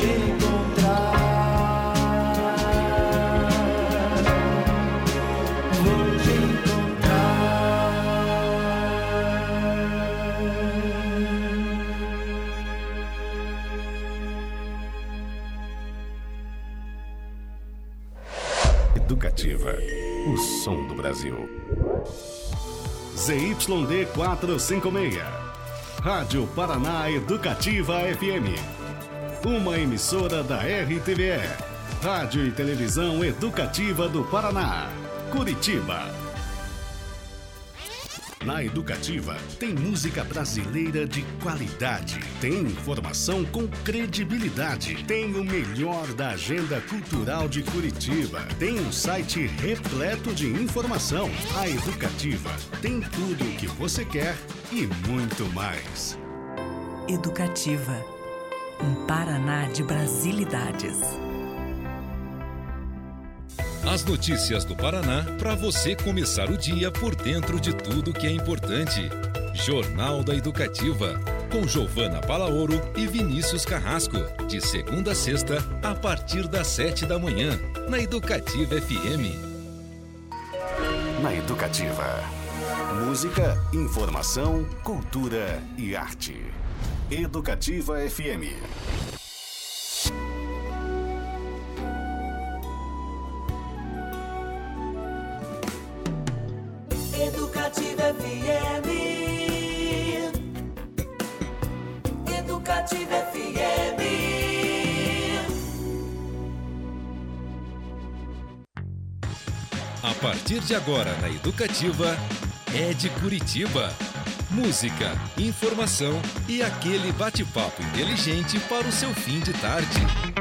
Educativa, o som do Brasil. ZYD 456, Rádio Paraná Educativa FM. Uma emissora da RTVE, Rádio e Televisão Educativa do Paraná, Curitiba. Na Educativa, tem música brasileira de qualidade, tem informação com credibilidade, tem o melhor da agenda cultural de Curitiba, tem um site repleto de informação. A Educativa tem tudo o que você quer e muito mais. Educativa, um Paraná de brasilidades. As notícias do Paraná para você começar o dia por dentro de tudo que é importante. Jornal da Educativa, com Giovana Palaoro e Vinícius Carrasco, de segunda a sexta, a partir das 7 da manhã, na Educativa FM. Na Educativa, música, informação, cultura e arte. Educativa FM. Educativa FM. Educativa FM. A partir de agora na Educativa, é de Curitiba. Música, informação e aquele bate-papo inteligente para o seu fim de tarde.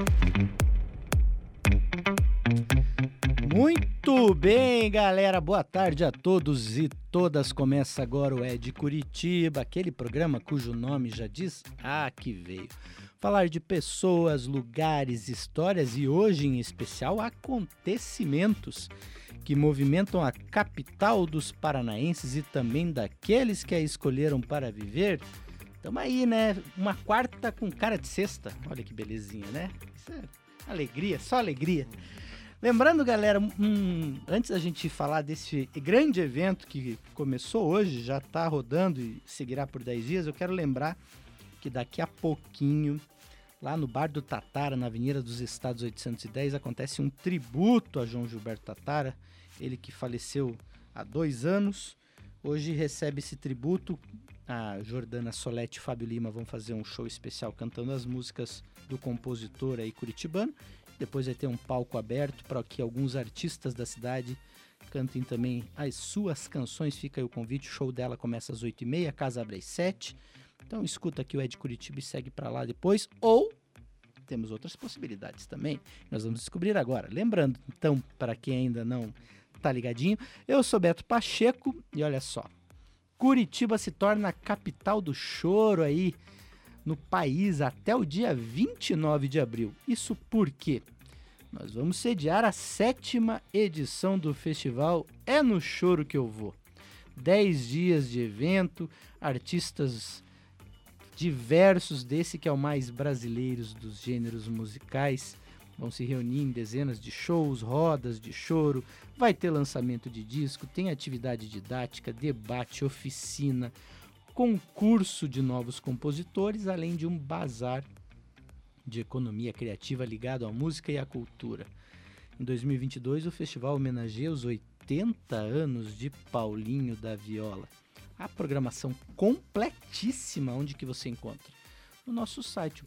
Muito bem, galera. Boa tarde a todos e todas. Começa agora o É de Curitiba, aquele programa cujo nome já diz que veio. Falar de pessoas, lugares, histórias e hoje em especial acontecimentos que movimentam a capital dos paranaenses e também daqueles que a escolheram para viver. Tamo aí, né? Uma quarta com cara de sexta. Olha que belezinha, né? Isso é alegria, só alegria. Lembrando, galera, antes da gente falar desse grande evento que começou hoje, já está rodando e seguirá por 10 dias, eu quero lembrar que daqui a pouquinho, lá no Bar do Tatara, na Avenida dos Estados 810, acontece um tributo a João Gilberto Tatara, ele que faleceu há 2 anos. Hoje recebe esse tributo, a Jordana Solete e Fábio Lima vão fazer um show especial cantando as músicas do compositor aí curitibano. Depois vai ter um palco aberto para que alguns artistas da cidade cantem também as suas canções. Fica aí o convite, o show dela começa às 8h30, a casa abre às 7h. Então escuta aqui o É de Curitiba e segue para lá depois. Ou temos outras possibilidades também, nós vamos descobrir agora. Lembrando, então, para quem ainda não tá ligadinho, eu sou Beto Pacheco e olha só, Curitiba se torna a capital do choro aí no país até o dia 29 de abril. Isso porque nós vamos sediar a 7ª edição do festival É no Choro que eu vou. 10 dias de evento, artistas diversos, desse que é o mais brasileiros dos gêneros musicais, vão se reunir em dezenas de shows, rodas de choro, vai ter lançamento de disco, tem atividade didática, debate, oficina, concurso de novos compositores, além de um bazar de economia criativa ligado à música e à cultura. Em 2022, o festival homenageia os 80 anos de Paulinho da Viola. A programação completíssima, onde que você encontra? No nosso site,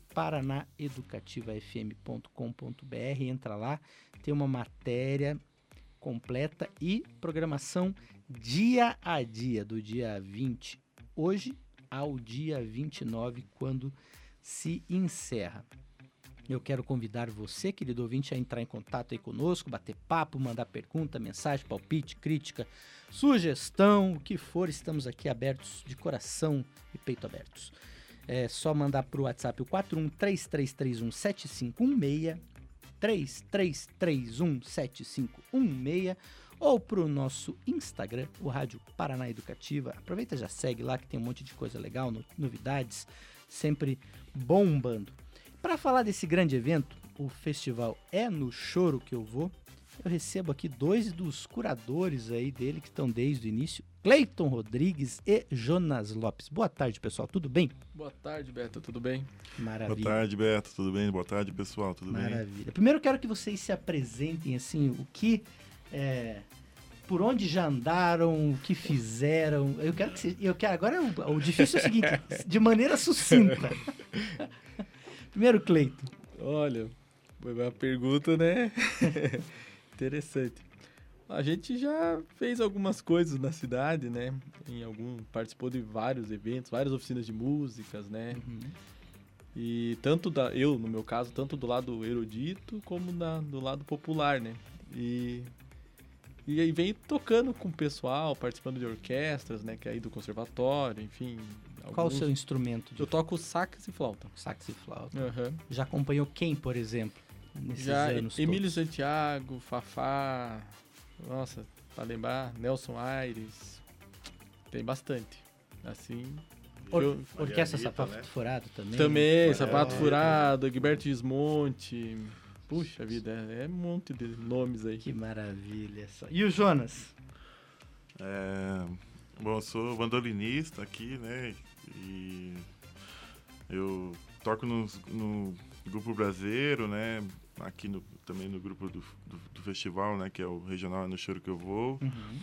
paranaeducativafm.com.br, entra lá, tem uma matéria completa e programação dia a dia, do dia 20 hoje ao dia 29, quando se encerra. Eu quero convidar você, querido ouvinte, a entrar em contato aí conosco, bater papo, mandar pergunta, mensagem, palpite, crítica, sugestão, o que for, estamos aqui abertos de coração e peito abertos. É só mandar para o WhatsApp o 4133317516, 33317516, ou para o nosso Instagram, o Rádio Paraná Educativa. Aproveita e já segue lá que tem um monte de coisa legal, novidades, sempre bombando. Para falar desse grande evento, o festival É no Choro Que Eu Vou, eu recebo aqui 2 dos curadores aí dele que estão desde o início, Cleiton Rodrigues e Jonas Lopes. Boa tarde, pessoal, tudo bem? Boa tarde, Beto, tudo bem? Maravilha. Boa tarde, Beto, tudo bem? Boa tarde, pessoal, tudo bem? Maravilha. Primeiro eu quero que vocês se apresentem, assim, o que... por onde já andaram, o que fizeram. Eu quero que vocês... Agora o difícil é o seguinte, de maneira sucinta. Primeiro, Cleiton. Olha, foi uma pergunta, né? Interessante. A gente já fez algumas coisas na cidade, né? Participou de vários eventos, várias oficinas de músicas, né? Uhum. E eu, no meu caso, tanto do lado erudito como do lado popular, né? E aí vem tocando com o pessoal, participando de orquestras, né? Que é aí do conservatório, enfim. Qual o seu instrumento? Eu toco sax e flauta. Sax e flauta. Uhum. Já acompanhou quem, por exemplo, nesses Já anos Emílio todos? Santiago, Fafá, nossa, pra lembrar, Nelson Aires, tem bastante. Assim... Orquestra Anitta, Sapato né? Furado também? Também, Sapato Furado, Gilberto Gismonte. Puxa vida, é um monte de nomes aí. Que maravilha. E o Jonas? Bom, eu sou bandolinista aqui, né? E eu toco no grupo brasileiro, né? Aqui também no grupo do festival, né? Que é o regional É no Choro Que Eu Vou. Uhum.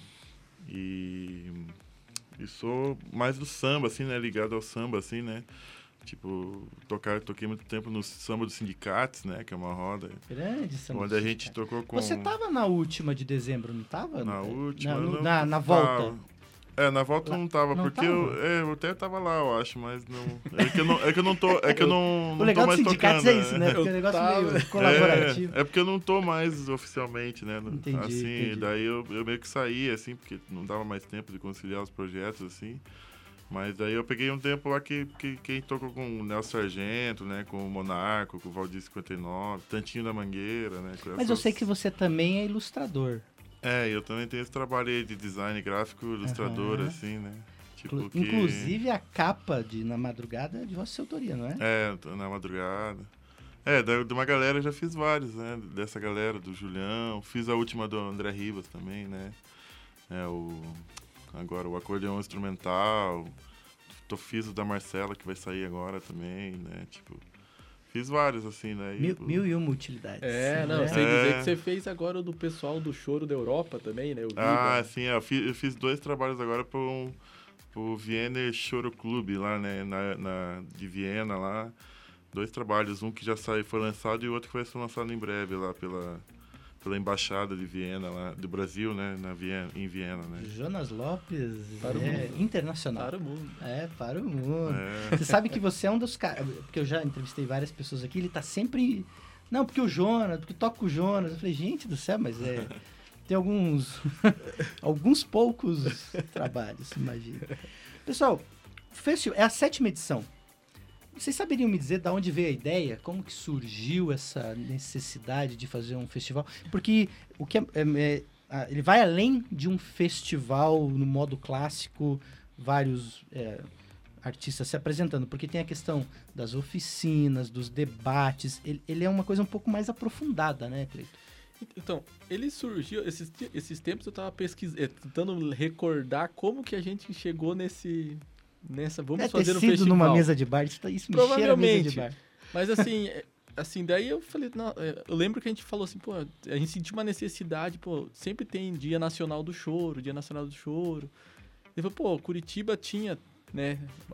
E sou mais do samba, assim, né? Ligado ao samba, assim, né? Tipo, toquei muito tempo no Samba dos Sindicatos, né? Que é uma roda Grande samba. onde a gente tocou com... Você tava na última de dezembro, não tava? Na última? Na volta. Na volta não tava, não porque tava? eu até tava lá, eu acho, mas não... É que eu não tô O legal dos mais sindicatos tocando, é isso, né? Porque é um negócio tava- meio colaborativo. É porque eu não tô mais oficialmente, né? Entendi, assim, entendi. daí eu meio que saí, assim, porque não dava mais tempo de conciliar os projetos, assim. Mas daí eu peguei um tempo lá que quem tocou com o Nelson Sargento, né? Com o Monarco, com o Valdir 59, Tantinho da Mangueira, né? Mas eu sei que você também é ilustrador. Eu também tenho esse trabalho aí de design gráfico, ilustrador, Aham. assim, né? Tipo Inclusive a capa de Na Madrugada é de vossa autoria, não é? Na madrugada. De uma galera eu já fiz vários, né? Dessa galera, do Julião. Fiz a última do André Ribas também, né? Agora o acordeão instrumental. Fiz o da Marcela, que vai sair agora também, né? Tipo, fiz vários, assim, né? Mil e uma utilidades. Sei dizer que você fez agora o do pessoal do Choro da Europa também, né? Sim, eu fiz 2 trabalhos agora pro Wiener Choro Clube, lá, né? De Viena, lá. 2 trabalhos, um que já foi lançado e o outro que vai ser lançado em breve, lá pela Embaixada de Viena, lá, do Brasil, né? Em Viena, né? Jonas Lopes Para o mundo. internacional. Para o mundo. Para o mundo. Você sabe que você é um dos caras... Porque eu já entrevistei várias pessoas aqui, ele tá sempre... Não, porque o Jonas, porque toca o Jonas. Eu falei, gente do céu, mas tem alguns poucos trabalhos, imagina. Pessoal, é a 7ª edição. Vocês saberiam me dizer de onde veio a ideia? Como que surgiu essa necessidade de fazer um festival? Porque o que ele vai além de um festival no modo clássico, vários artistas se apresentando, porque tem a questão das oficinas, dos debates. Ele é uma coisa um pouco mais aprofundada, né, Cleiton? Então, ele surgiu... Esses tempos eu tava tentando recordar como que a gente chegou nessa... Vamos fazer um festival. Numa mesa de bar, isso me cheira a mesa de bar. Mas assim, daí eu falei, não, eu lembro que a gente falou assim, pô, a gente sentiu uma necessidade, pô, sempre tem Dia Nacional do Choro. Ele falou, pô, Curitiba tinha, né,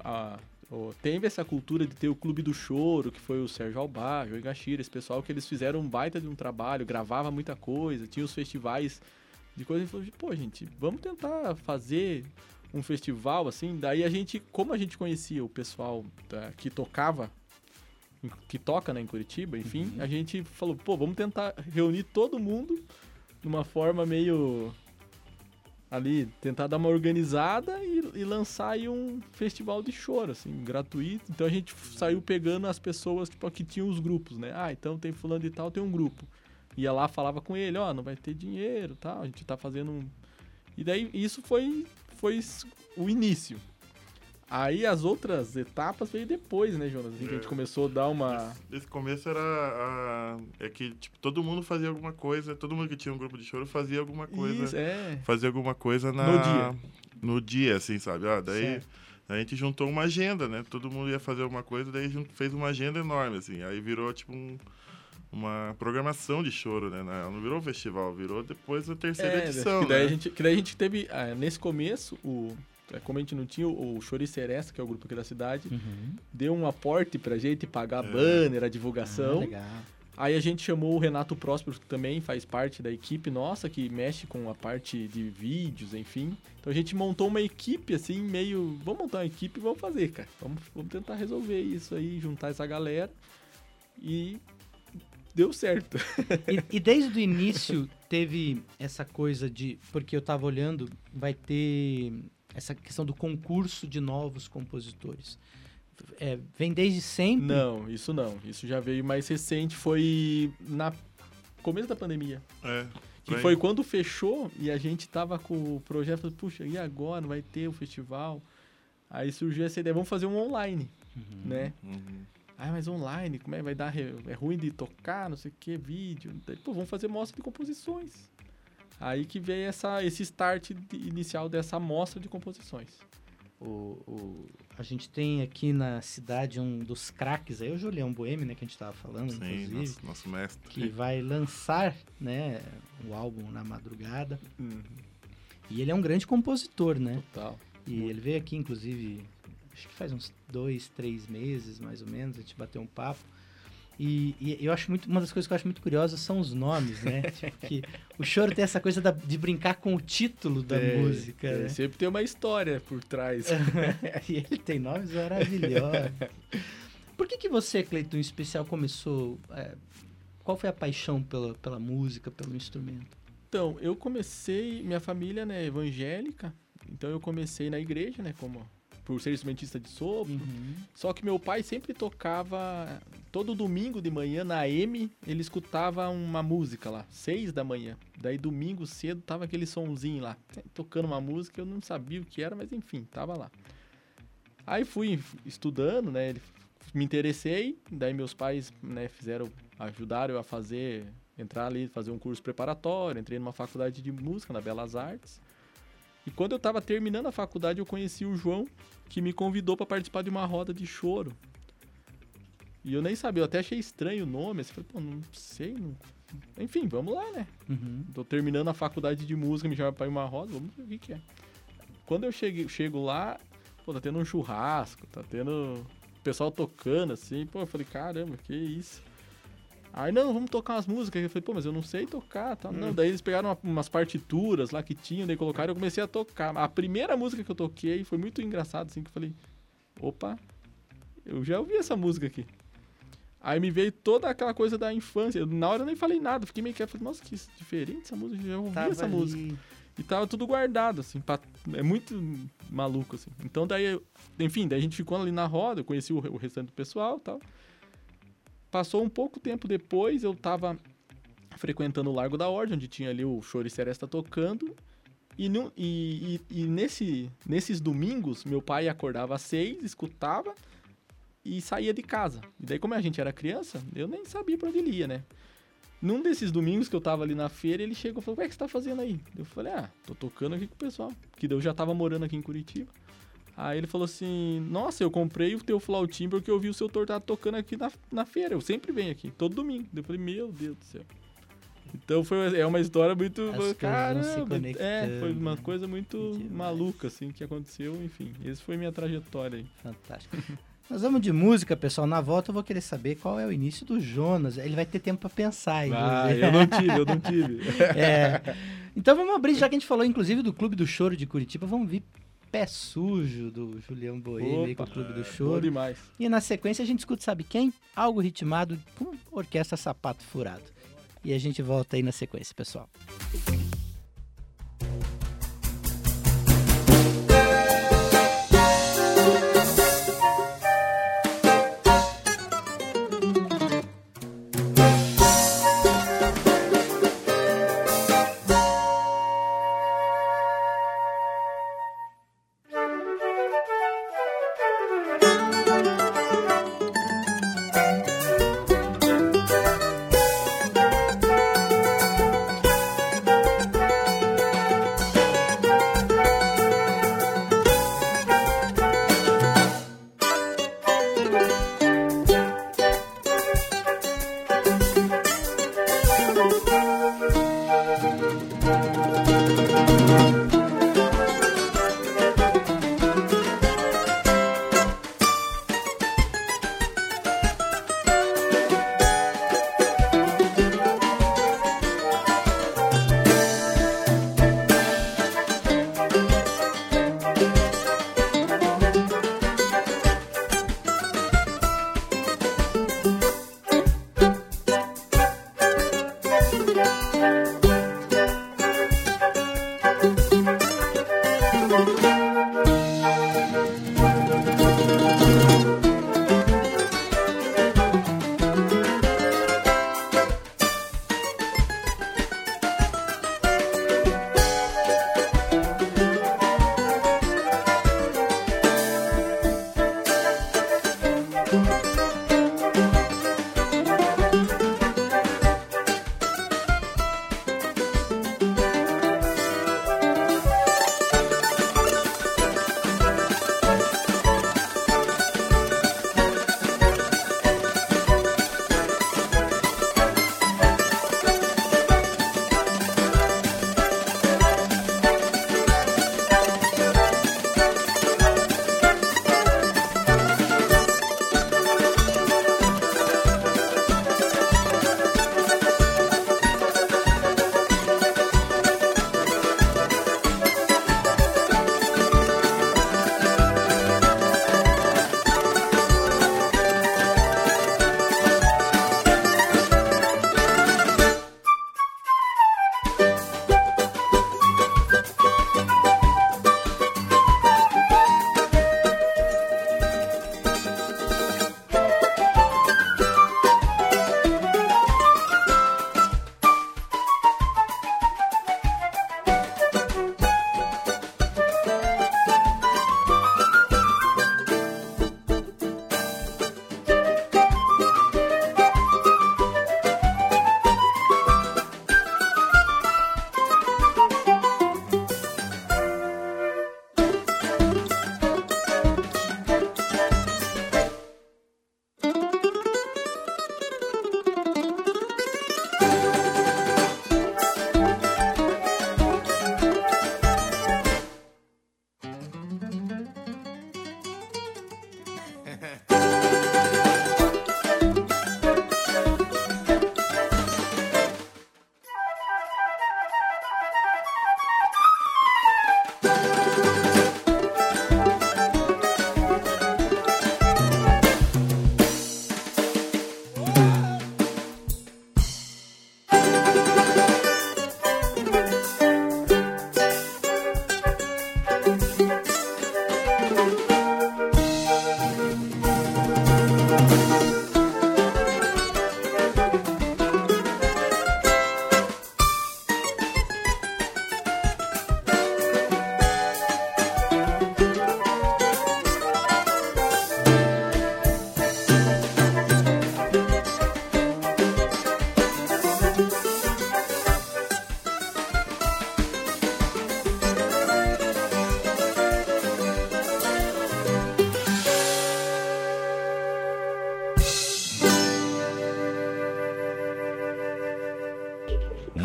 teve essa cultura de ter o Clube do Choro, que foi o Sérgio Albá, Joey Gachira, esse pessoal que eles fizeram um baita de um trabalho, gravava muita coisa, tinha os festivais de coisa. Ele falou, pô, gente, vamos tentar fazer um festival, assim. Daí como a gente conhecia o pessoal que toca, né, em Curitiba, enfim, a gente falou, pô, vamos tentar reunir todo mundo de uma forma meio ali, tentar dar uma organizada e lançar aí um festival de choro, assim, gratuito. Então a gente saiu pegando as pessoas, tipo, que tinham os grupos, né? Então tem fulano e tal, tem um grupo. Ia lá, falava com ele, não vai ter dinheiro, tal, a gente tá fazendo um... E daí isso foi o início. Aí as outras etapas veio depois, né, Jonas? Assim, que a gente começou a dar uma... Esse começo era... É que, tipo, todo mundo fazia alguma coisa, todo mundo que tinha um grupo de choro fazia alguma coisa. Isso, é. Fazia alguma coisa no dia, assim, sabe? Daí Certo. a gente juntou uma agenda, né? Todo mundo ia fazer alguma coisa, daí a gente fez uma agenda enorme, assim. Aí virou, tipo, uma programação de choro, né? Não virou um festival, virou depois a terceira edição, que daí né? a gente teve, nesse começo, como a gente não tinha o Choro e Seresta, que é o grupo aqui da cidade, deu um aporte pra gente pagar banner, a divulgação. Legal. Aí a gente chamou o Renato Próspero, que também faz parte da equipe nossa, que mexe com a parte de vídeos, enfim. Então a gente montou uma equipe, assim, meio... Vamos montar uma equipe e vamos fazer, cara. Vamos tentar resolver isso aí, juntar essa galera. E deu certo. E desde o início teve essa coisa de... Porque eu tava olhando, vai ter essa questão do concurso de novos compositores. Vem desde sempre? Não, isso não. Isso já veio mais recente. Foi na começo da pandemia. Que foi quando fechou e a gente tava com o projeto. Falei, puxa, e agora? Não vai ter o festival? Aí surgiu essa ideia. Vamos fazer um online, né? Mas online, como é? Vai dar... É ruim de tocar, não sei o que, vídeo. Daí, vamos fazer mostra de composições. Aí que veio esse start inicial dessa mostra de composições. A gente tem aqui na cidade um dos craques aí, o Julião Boêmio, né, que a gente tava falando, Sim, inclusive. nosso mestre. Que vai lançar, né, o álbum na madrugada. E ele é um grande compositor, né? Total. E ele veio aqui, inclusive, acho que faz uns 2, 3 meses, mais ou menos, a gente bateu um papo. E eu acho uma das coisas que eu acho muito curiosas são os nomes, né? Tipo, que o choro tem essa coisa de brincar com o título da música, né? Sempre tem uma história por trás. E ele tem nomes maravilhosos. Por que você, Cleiton, em especial, começou... qual foi a paixão pela música, pelo instrumento? Então, eu comecei... Minha família, né, evangélica. Então, eu comecei na igreja, né, por ser instrumentista de sopro. Só que meu pai sempre tocava... Todo domingo de manhã, na AM, ele escutava uma música lá, 6 da manhã. Daí, domingo cedo, tava aquele sonzinho lá, tocando uma música, eu não sabia o que era, mas enfim, tava lá. Aí fui estudando, né, me interessei, daí meus pais, né, ajudaram eu a entrar ali, fazer um curso preparatório, entrei numa faculdade de música, na Belas Artes. E quando eu tava terminando a faculdade, eu conheci o João, que me convidou para participar de uma roda de choro. E eu nem sabia, eu até achei estranho o nome, assim, falei, não sei, enfim, vamos lá, né? Tô terminando a faculdade de música, me chama pra ir uma roda, vamos ver o que é. Quando eu chego lá, tá tendo um churrasco, tá tendo o pessoal tocando, assim, eu falei, caramba, que isso? Aí, não, vamos tocar umas músicas. Eu falei, mas eu não sei tocar, tá? Não, daí eles pegaram umas partituras lá que tinham, daí colocaram e eu comecei a tocar. A primeira música que eu toquei foi muito engraçado, assim, que eu falei, opa, eu já ouvi essa música aqui. Aí me veio toda aquela coisa da infância. Na hora eu nem falei nada, fiquei meio quieto. Falei, nossa, que diferente essa música, eu já ouvi essa música. E tava tudo guardado, assim, é muito maluco, assim. Então daí, enfim, daí a gente ficou ali na roda, eu conheci o restante do pessoal e tal. Passou um pouco tempo depois, eu tava frequentando o Largo da Ordem, onde tinha ali o Choro e Seresta tocando. E nesses domingos, meu pai acordava às 6, escutava e saía de casa. E daí, como a gente era criança, eu nem sabia pra onde ele ia, né? Num desses domingos que eu tava ali na feira, ele chegou e falou, o que você tá fazendo aí? Eu falei, tô tocando aqui com o pessoal. Que eu já tava morando aqui em Curitiba. Aí ele falou assim, nossa, eu comprei o teu flautim porque eu vi o seu Tortado tocando aqui na feira. Eu sempre venho aqui, todo domingo. Eu falei, meu Deus do céu. Então é uma história muito... Caramba! Foi uma coisa muito maluca, assim, que aconteceu. Enfim, essa foi minha trajetória aí. Fantástico. Nós vamos de música, pessoal. Na volta eu vou querer saber qual é o início do Jonas. Ele vai ter tempo para pensar. Eu não tive. Então vamos abrir, já que a gente falou, inclusive, do Clube do Choro de Curitiba. Vamos vir Pé Sujo, do Julião Boêmio, com o Clube do Choro. Bom demais. E na sequência a gente escuta, sabe quem? Algo ritmado com Orquestra Sapato Furado. E a gente volta aí na sequência, pessoal.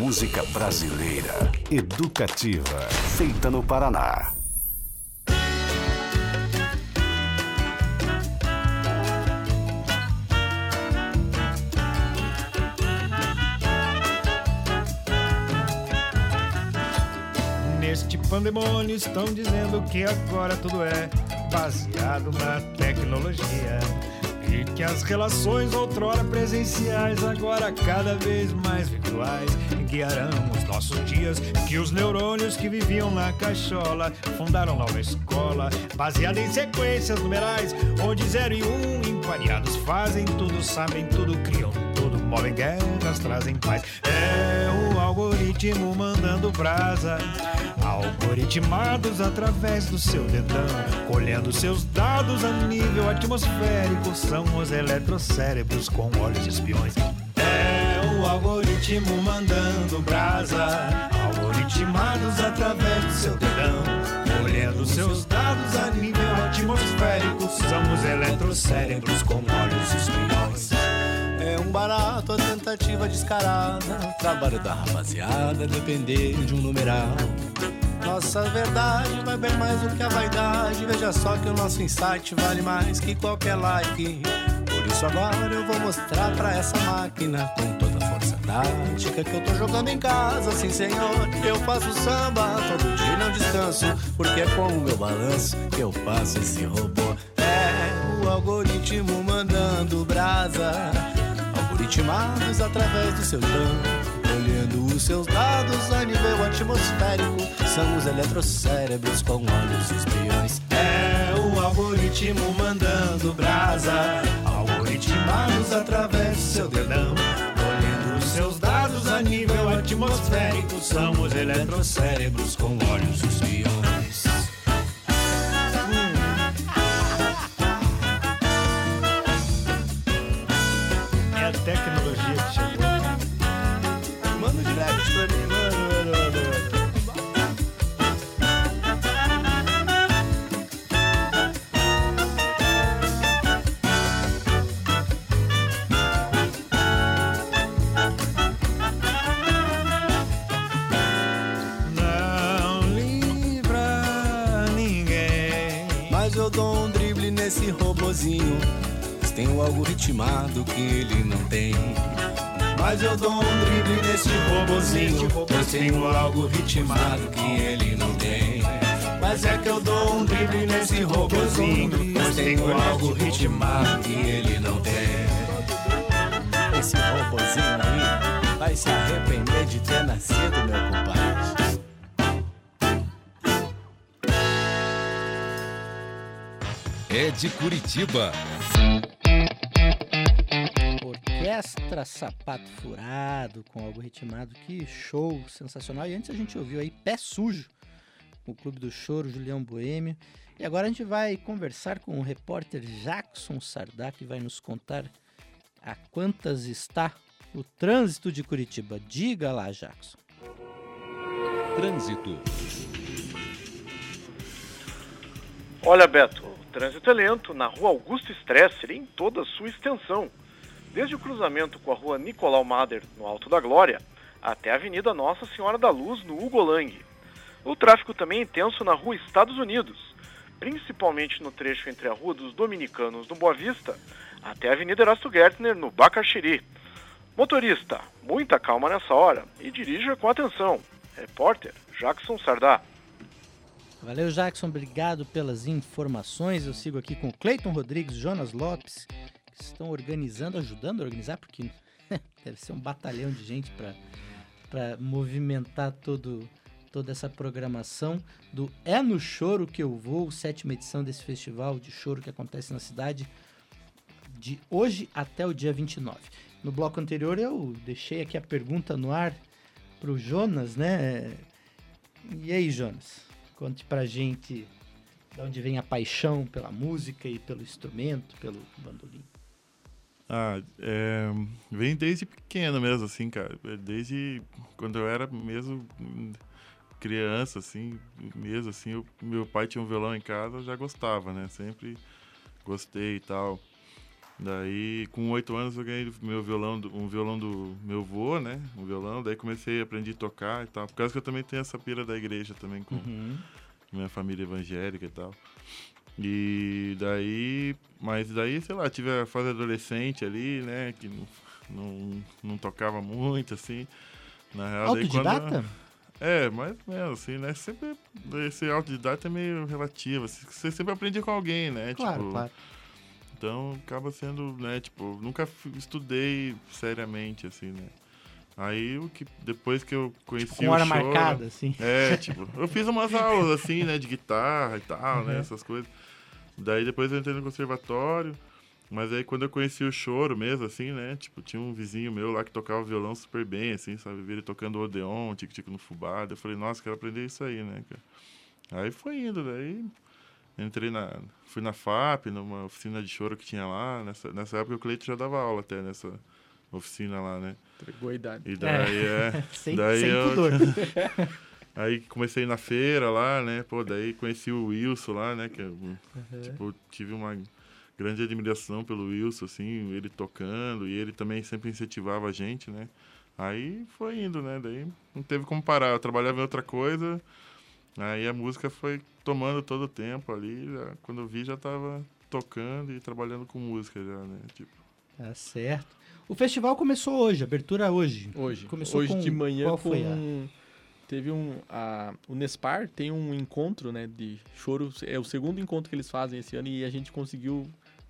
música brasileira, educativa, feita no Paraná. Neste pandemônio estão dizendo que agora tudo é baseado na tecnologia e que as relações outrora presenciais agora cada vez mais virtuais guiarão os nossos dias, que os neurônios que viviam na cachola fundaram nova escola baseada em sequências numerais, onde 0 e 1 empareados fazem tudo, sabem tudo, criam tudo, movem guerras, trazem paz. É o algoritmo mandando brasa, algoritmados através do seu dedão, colhendo seus dados a nível atmosférico, são os eletrocérebros com olhos espiões. É o algoritmo mandando brasa, algoritmados através do seu dedão, colhendo seus dados a nível atmosférico, são os eletrocérebros com olhos espiões. É um barato, a tentativa descarada, trabalho da rapaziada, depender de um numeral. Nossa verdade vai bem mais do que a vaidade, veja só que o nosso insight vale mais que qualquer like. Por isso agora eu vou mostrar pra essa máquina, com toda a força tática, que eu tô jogando em casa, sim senhor. Eu faço samba, todo dia não descanso, porque é com o meu balanço que eu faço esse robô. É o algoritmo mandando brasa, algoritmados através do seu dano, olhando os seus dados a nível atmosférico, são os eletrocérebros com olhos espiões. É o algoritmo mandando brasa, algoritmados através do seu dedão, olhando os seus dados a nível atmosférico, são os eletrocérebros com olhos espiões. É a tecnologia que chegou. Manda direct pra mim, mano. Não livra ninguém. Mas eu dou um drible nesse robozinho, mas tem um algoritmado que ele não tem. Mas eu dou um drible nesse robozinho, pois tenho algo ritmado que ele não tem. Mas é que eu dou um drible nesse robozinho, pois tenho algo ritmado que ele não tem. Esse robozinho aí vai se arrepender de ter nascido, meu compadre. É de Curitiba. Orquestra Sapato Furado com algo ritmado, que show sensacional. E antes a gente ouviu aí Pé Sujo, o Clube do Choro, Julião Boêmio. E agora a gente vai conversar com o repórter Jackson Sardá, que vai nos contar a quantas está o trânsito de Curitiba. Diga lá, Jackson. Trânsito. Olha, Beto, o trânsito é lento na rua Augusto Stresser em toda a sua extensão, desde o cruzamento com a rua Nicolau Mader, no Alto da Glória, até a Avenida Nossa Senhora da Luz, no Hugo Lang. O tráfego também é intenso na rua Estados Unidos, principalmente no trecho entre a Rua dos Dominicanos, no Boa Vista, até a Avenida Erasto Gertner, no Bacaxiri. Motorista, muita calma nessa hora e dirija com atenção. Repórter Jackson Sardá. Valeu, Jackson, obrigado pelas informações. Eu sigo aqui com o Cleiton Rodrigues, Jonas Lopes, que estão organizando, ajudando a organizar, porque deve ser um batalhão de gente para movimentar toda essa programação do É no Choro que eu vou, 7ª edição desse festival de choro que acontece na cidade de hoje até o dia 29. No bloco anterior eu deixei aqui a pergunta no ar pro Jonas, né? E aí, Jonas? Conte pra gente de onde vem a paixão pela música e pelo instrumento, pelo bandolim. Vem desde pequeno mesmo, assim, cara. Desde quando eu era mesmo criança, assim, mesmo assim, meu pai tinha um violão em casa, eu já gostava, né? Sempre gostei e tal. Daí, com 8 anos, eu ganhei um violão do meu avô, né? Um violão. Daí aprendi a tocar e tal. Por causa que eu também tenho essa pira da igreja também, com minha família evangélica e tal. E daí... Mas daí, sei lá, tive a fase adolescente ali, né? Que não tocava muito, assim. Na real, Autodidata? Mais ou menos, assim, né? Sempre... Esse autodidata é meio relativo. Assim, você sempre aprende com alguém, né? Claro, tipo, claro. Então, acaba sendo, né, tipo, nunca estudei seriamente, assim, né? Aí, depois que eu conheci com hora o choro... marcada, assim. Tipo, eu fiz umas aulas, assim, né, de guitarra e tal, né, essas coisas. Daí, depois eu entrei no conservatório, mas aí, quando eu conheci o choro mesmo, assim, né, tipo, tinha um vizinho meu lá que tocava violão super bem, assim, sabe? Vi ele tocando o Odeon, tique-tique no fubá. Eu falei, nossa, quero aprender isso aí, né, cara? Aí foi indo, daí... Fui na FAP, numa oficina de choro que tinha lá. Nessa época o Cleito já dava aula até nessa oficina lá, né? Entregou a idade. E daí sem eu, pudor. Aí comecei na feira lá, né? Pô, daí conheci o Wilson lá, né? Que tipo, tive uma grande admiração pelo Wilson, assim, ele tocando, e ele também sempre incentivava a gente, né? Aí foi indo, né? Daí não teve como parar. Eu trabalhava em outra coisa. Aí a música foi tomando todo o tempo ali, quando eu vi já estava tocando e trabalhando com música já, né? Tipo. Tá certo. O festival começou hoje, abertura hoje. Começou hoje de manhã qual foi teve o Nespar tem um encontro, né, de choro, é o segundo encontro que eles fazem esse ano e a gente conseguiu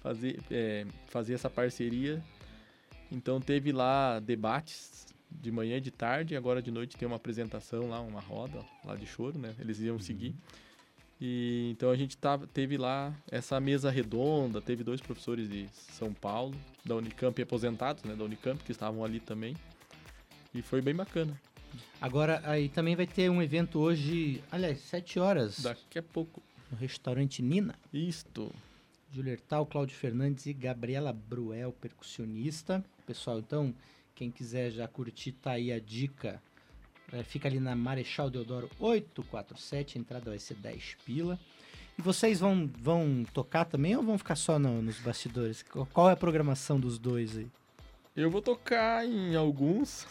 fazer essa parceria. Então teve lá debates de manhã e de tarde, e agora de noite tem uma apresentação lá, uma roda lá de choro, né? Eles iam seguir. E então a gente teve lá essa mesa redonda, teve 2 professores de São Paulo, da Unicamp aposentados, né? Da Unicamp, que estavam ali também. E foi bem bacana. Agora, aí também vai ter um evento hoje, aliás, 7 horas. Daqui a pouco. No restaurante Nina. Isto. Júlio Hertal, Cláudio Fernandes e Gabriela Bruel, percussionista. Pessoal, então... Quem quiser já curtir, tá aí a dica. Fica ali na Marechal Deodoro 847, a entrada vai ser 10 pila. E vocês vão tocar também ou vão ficar só nos bastidores? Qual é a programação dos dois aí? Eu vou tocar em alguns.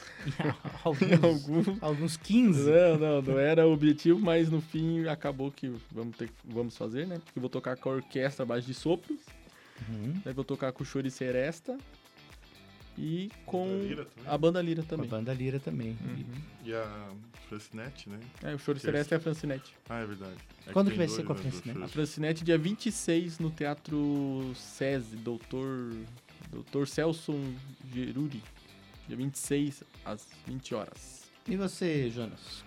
Alguns 15? Não era o objetivo, mas no fim acabou que vamos fazer, né? Porque eu vou tocar com a orquestra abaixo de sopros. Daí vou tocar com o Choro e Seresta. E com a Banda Lira também. Com a Banda Lira também. E a Francinete, né? O Choro e Seresta é a Francinete. É verdade. Quando que vai ser com a Francinete? A Francinete dia 26 no Teatro SESI, Dr. Celso Geruri. Dia 26 às 20 horas. E você, Jonas?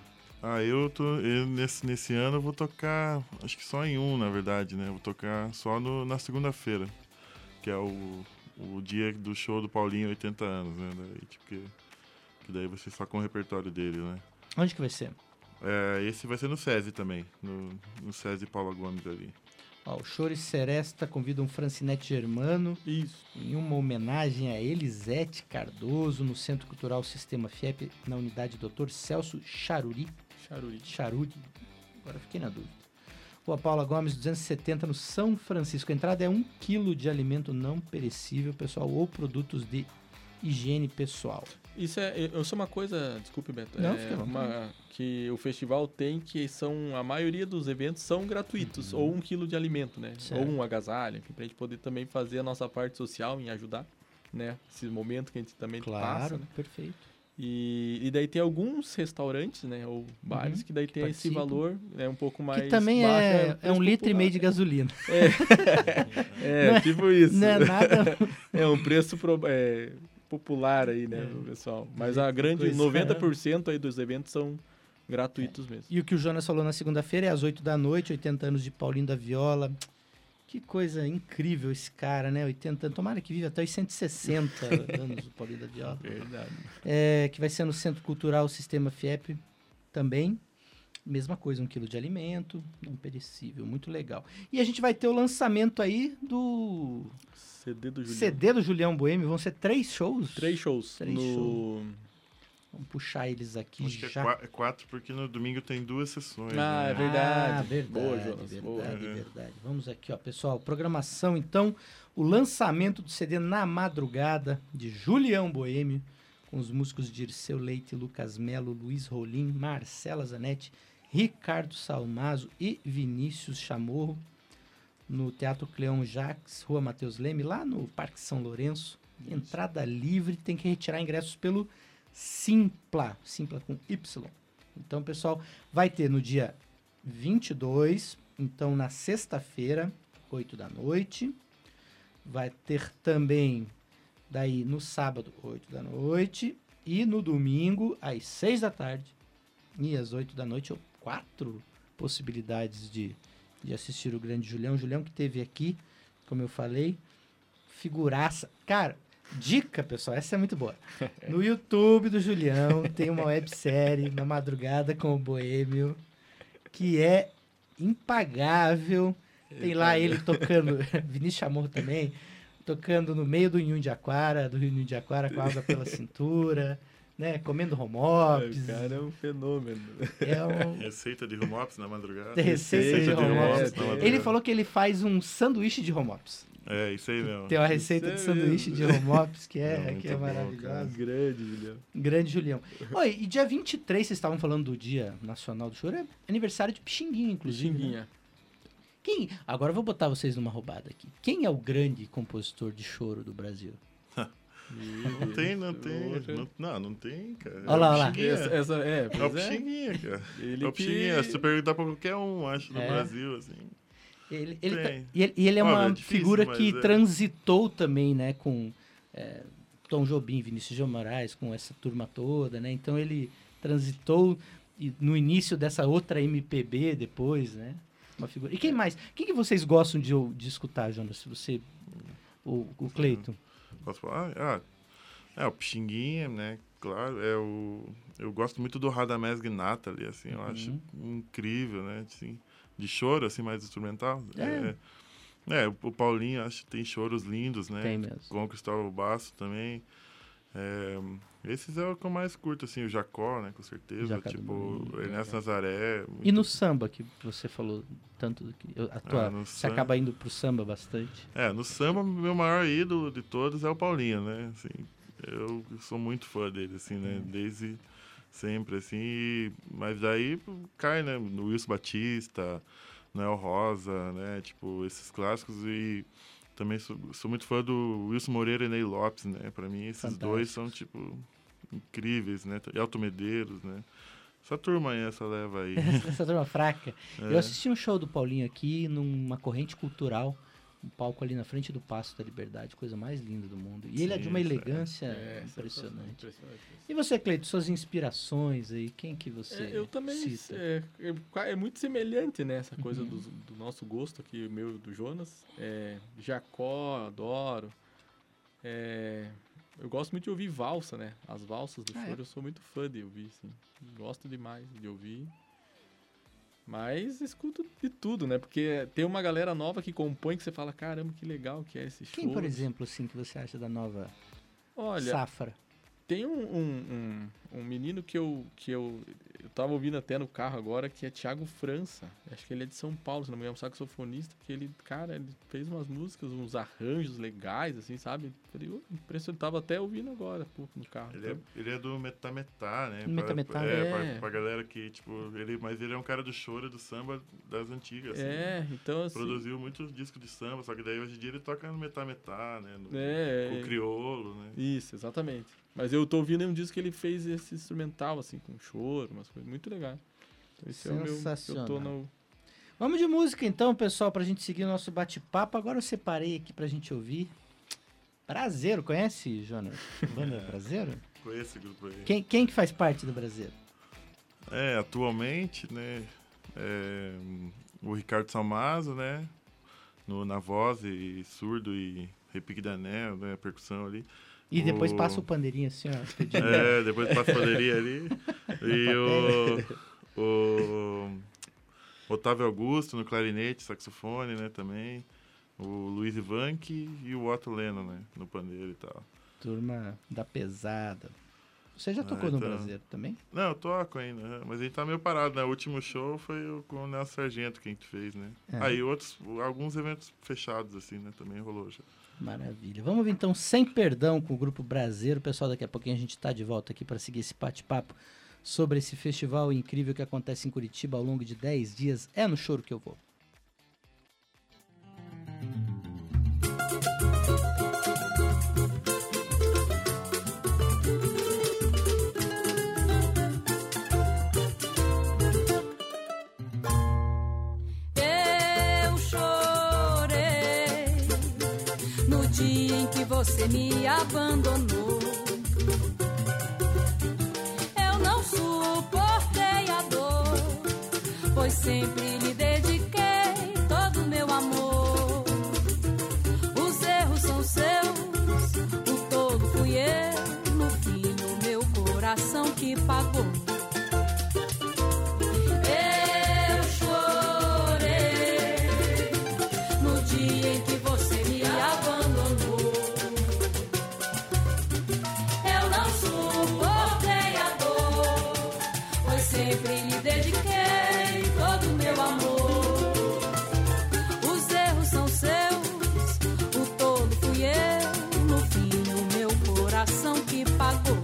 Nesse ano eu vou tocar, acho que só em na verdade, né? Eu vou tocar só na segunda-feira, que é o dia do show do Paulinho, 80 anos, né? Daí, tipo, que daí vai ser só com o repertório dele, né? Onde que vai ser? Esse vai ser no SESI também, no SESI Paula Gomes ali. O Choro e Seresta convida um Francinete Germano. Isso. Em uma homenagem a Elisete Cardoso, no Centro Cultural Sistema FIEP, na unidade Dr. Celso Charuri. Agora fiquei na dúvida. Rua Paula Gomes, 270, no São Francisco. A entrada é 1 kg de alimento não perecível, pessoal, ou produtos de higiene pessoal. Isso é uma coisa, desculpe, Beto, não, que o festival tem, que a maioria dos eventos são gratuitos, ou 1 kg de alimento, né? Certo. Ou um agasalho, pra gente poder também fazer a nossa parte social em ajudar, né? Esse momento que a gente também passa, né? Perfeito. E daí tem alguns restaurantes, né, ou bares, que daí tem esse valor, né, um pouco mais que também baixo, é 1,5 litro de gasolina. Tipo isso. Não é nada... É um preço popular aí, né, pessoal. Mas a grande 90% aí dos eventos são gratuitos mesmo. E o que o Jonas falou na segunda-feira é às 8 da noite, 80 anos de Paulinho da Viola. Que coisa incrível esse cara, né? 80 anos. Tomara que vive até os 160 anos o Paulinho da Viola. Verdade. Que vai ser no Centro Cultural Sistema FIEP também. Mesma coisa, 1 kg de alimento, não perecível, muito legal. E a gente vai ter o lançamento do CD do Julião. CD do Julião Boêmio. Vão ser 3 shows? 3 shows. Vamos puxar eles aqui Acho que já. é 4 porque no domingo tem 2 sessões. Ah, né? é verdade. Ah, verdade, Boa, Jonas. Boa. verdade. Vamos aqui, ó, pessoal. Programação, então. O lançamento do CD Na Madrugada, de Julião Boêmio, com os músicos Dirceu Leite, Lucas Melo, Luiz Rolim, Marcela Zanetti, Ricardo Salmazo e Vinícius Chamorro, no Teatro Cleão Jacques, Rua Matheus Leme, lá no Parque São Lourenço. Entrada livre, tem que retirar ingressos pelo Simpla com Y. Então, pessoal, vai ter no dia 22, então na sexta-feira, 8 da noite. Vai ter também, daí no sábado, 8 da noite. E no domingo, às 6 da tarde e às 8 da noite. 4 possibilidades de assistir o grande Julião. Julião que teve aqui, como eu falei, figuraça. Cara, dica, pessoal, essa é muito boa. No YouTube do Julião tem uma websérie, Na Madrugada com o Boêmio, que é impagável. Tem lá ele tocando, Vinícius Chamorro também, tocando no meio do Rio de Aquara, com água pela cintura, né? Comendo romops. O cara é um fenômeno. Receita de romops na madrugada. Receita de romops. Ele falou que ele faz um sanduíche de romops. É, isso aí mesmo. Tem uma receita de sanduíche de romops que é bom, maravilhosa. Grande, Julião. Grande Julião. Oi, e dia 23, vocês estavam falando do Dia Nacional do Choro, é aniversário de Pixinguinha, inclusive. Pixinguinha. Né? Agora eu vou botar vocês numa roubada aqui. Quem é o grande compositor de choro do Brasil? Não tem. Não tem, cara. Olha lá. É o Pixinguinha, cara. É o Pixinguinha. Se você perguntar pra qualquer um, acho, no Brasil, assim. Ele é uma figura que transitou também, né, com Tom Jobim, Vinícius de Moraes, com essa turma toda, né? Então ele transitou no início dessa outra MPB depois, né? Uma figura. E quem mais? Quem que vocês gostam de escutar, Jonas? Se você, o Cleiton. Posso falar? O Pixinguinha, né? Claro, eu gosto muito do Radamés Gnatali, assim, eu acho incrível, né? Assim, de choro, assim, mais instrumental. O Paulinho, acho que tem choros lindos, né? Tem mesmo. Com o Cristóvão Basso também. Esses é o que eu mais curto, assim, o Jacó, né? Com certeza. Tipo, Ernesto Nazaré. E no samba, que você falou tanto que você acaba indo pro samba bastante. No samba, meu maior ídolo de todos é o Paulinho, né? Assim, eu sou muito fã dele, assim, né? Desde sempre, assim. Mas daí cai, né? No Wilson Batista, Noel Rosa, né? Tipo, esses clássicos. E também sou muito fã do Wilson Moreira e Ney Lopes, né? Pra mim, esses dois são, tipo, incríveis, né? Elton Medeiros, né? Essa turma aí, essa leva aí. Essa turma fraca. Eu assisti um show do Paulinho aqui, numa corrente cultural, um palco ali na frente do Paço da Liberdade, coisa mais linda do mundo. E ele é de uma elegância impressionante. E você, Cleito, suas inspirações aí, quem que você Eu também cita? É muito semelhante, né? Essa coisa do nosso gosto aqui, o meu e do Jonas. Jacó, adoro. Eu gosto muito de ouvir valsa, né? As valsas do choro eu sou muito fã de ouvir, assim. Gosto demais de ouvir. Mas escuto de tudo, né? Porque tem uma galera nova que compõe que você fala, caramba, que legal que é esse show. Quem, por exemplo, assim, que você acha da nova safra? Tem um menino que eu tava ouvindo até no carro agora, que é Thiago França. Acho que ele é de São Paulo, se não me engano, um saxofonista, que ele fez umas músicas, uns arranjos legais, assim, sabe? Falei, impressionante, tava até ouvindo agora, no carro. Ele é do Metametá, né? Metametá, pra galera que, tipo, mas ele é um cara do choro e do samba das antigas, assim. Então, assim... Produziu muitos discos de samba, só que daí hoje em dia ele toca no Metametá, né? Com o crioulo, né? Isso, exatamente. Mas eu tô ouvindo um disco que ele fez esse instrumental, assim, com choro, umas coisas muito legais. Então, esse é o meu que eu tô no... Vamos de música então, pessoal, pra gente seguir o nosso bate-papo. Agora eu separei aqui pra gente ouvir Braseiro. Conhece, Jonas? Banda Braseiro? Conheço esse grupo aí. Quem que faz parte do Braseiro? Atualmente, né, o Ricardo Salmazo, né, na voz e surdo e repique da anel, né, percussão ali. E depois passa o pandeirinho assim, ó. Depois passa o pandeirinho ali. E o Otávio Augusto no clarinete, saxofone, né, também. O Luiz Ivanque e o Otto Leno, né, no pandeiro e tal. Turma da pesada. Você já tocou no então- Brasileiro também? Não, eu toco ainda, mas a gente tá meio parado, né? O último show foi com o Nelson Sargento que a gente fez, né? É. Aí alguns eventos fechados, assim, né? Também rolou já. Maravilha. Vamos ouvir então Sem Perdão com o Grupo Brasileiro. Pessoal, daqui a pouquinho a gente está de volta aqui para seguir esse bate-papo sobre esse festival incrível que acontece em Curitiba ao longo de 10 dias. É no Choro que eu vou. Eu chorei no dia em que você me abandonou. Eu não suportei a dor, pois sempre lhe dediquei todo o meu amor. Os erros são seus, o todo fui eu. No fim, o meu coração que pagou. Eu chorei no dia em que você me abandonou. Eu não suportei a dor, pois sempre lhe dediquei todo o meu amor. Os erros são seus, o todo fui eu. No fim, o meu coração que pagou.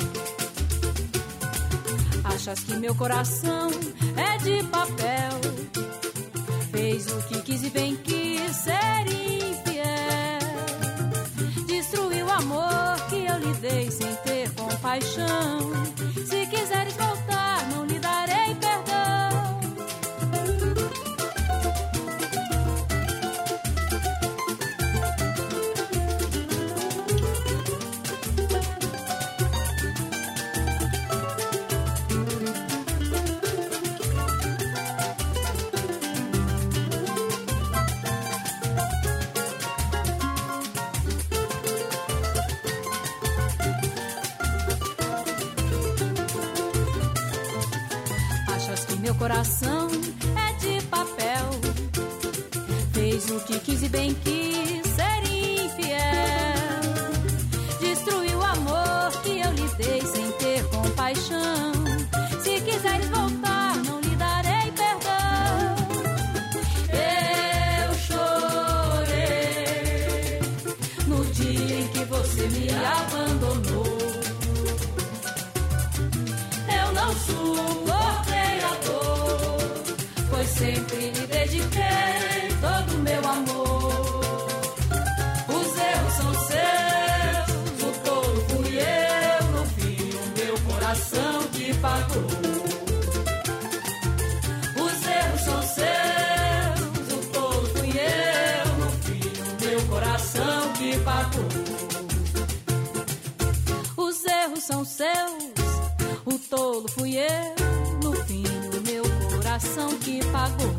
Achas que meu coração é de papel? Fez o que quis e bem quis ser infiel. Destruiu o amor que eu lhe dei sem ter compaixão. Se quiseres voltar, não lhe darei perdão. Achas que meu coração é de papel? Fez o que quis e bem quis ser infiel. Destruiu o amor que eu lhe dei sem ter compaixão. Se quiseres voltar, não lhe darei perdão. Eu chorei no dia em que você me abandonou. Eu não suportei a dor, pois sempre lhe dediquei todo o meu amor. Os erros são seus, o tolo fui eu. No fim, o meu coração que pagou. Os erros são seus, o tolo fui eu. No fim, o meu coração que pagou. Os erros são seus, o tolo fui eu. No fim, o meu coração que pagou.